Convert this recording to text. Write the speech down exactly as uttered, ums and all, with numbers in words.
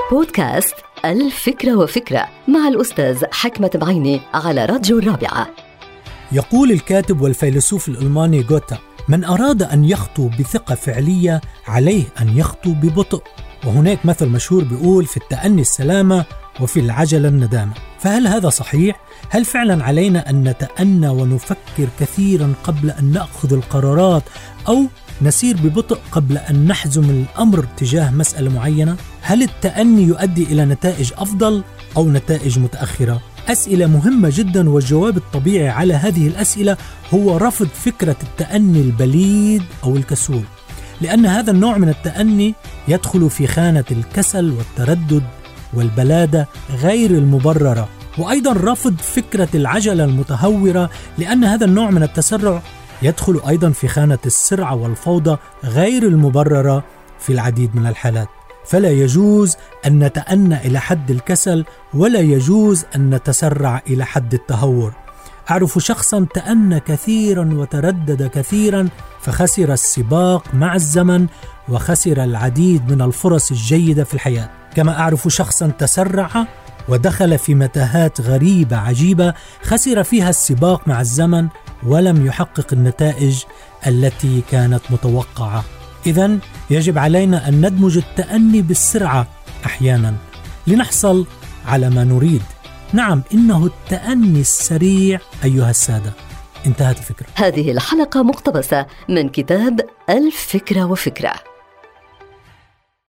بودكاست الفكرة وفكرة مع الأستاذ حكمة بعيني على راديو الرابعة. يقول الكاتب والفيلسوف الألماني غوتا: من أراد أن يخطو بثقة فعلية عليه أن يخطو ببطء. وهناك مثل مشهور بيقول: في التأني السلامة وفي العجلة الندامة. فهل هذا صحيح؟ هل فعلا علينا أن نتأنى ونفكر كثيرا قبل أن نأخذ القرارات، أو نسير ببطء قبل أن نحزم الأمر تجاه مسألة معينة؟ هل التأني يؤدي إلى نتائج أفضل أو نتائج متأخرة؟ أسئلة مهمة جدا، والجواب الطبيعي على هذه الأسئلة هو رفض فكرة التأني البليد أو الكسول، لأن هذا النوع من التأني يدخل في خانة الكسل والتردد والبلادة غير المبررة. وأيضا رفض فكرة العجلة المتهورة، لأن هذا النوع من التسرع يدخل أيضا في خانة السرعة والفوضى غير المبررة في العديد من الحالات. فلا يجوز أن نتأنى إلى حد الكسل، ولا يجوز أن نتسرع إلى حد التهور. أعرف شخصا تأنى كثيرا وتردد كثيرا فخسر السباق مع الزمن وخسر العديد من الفرص الجيدة في الحياة. كما أعرف شخصا تسرع ودخل في متاهات غريبة عجيبة خسر فيها السباق مع الزمن ولم يحقق النتائج التي كانت متوقعة. إذن يجب علينا أن ندمج التأني بالسرعة أحيانا لنحصل على ما نريد. نعم، إنه التأني السريع أيها السادة. انتهت الفكرة. هذه الحلقة مقتبسة من كتاب الفكرة وفكرة.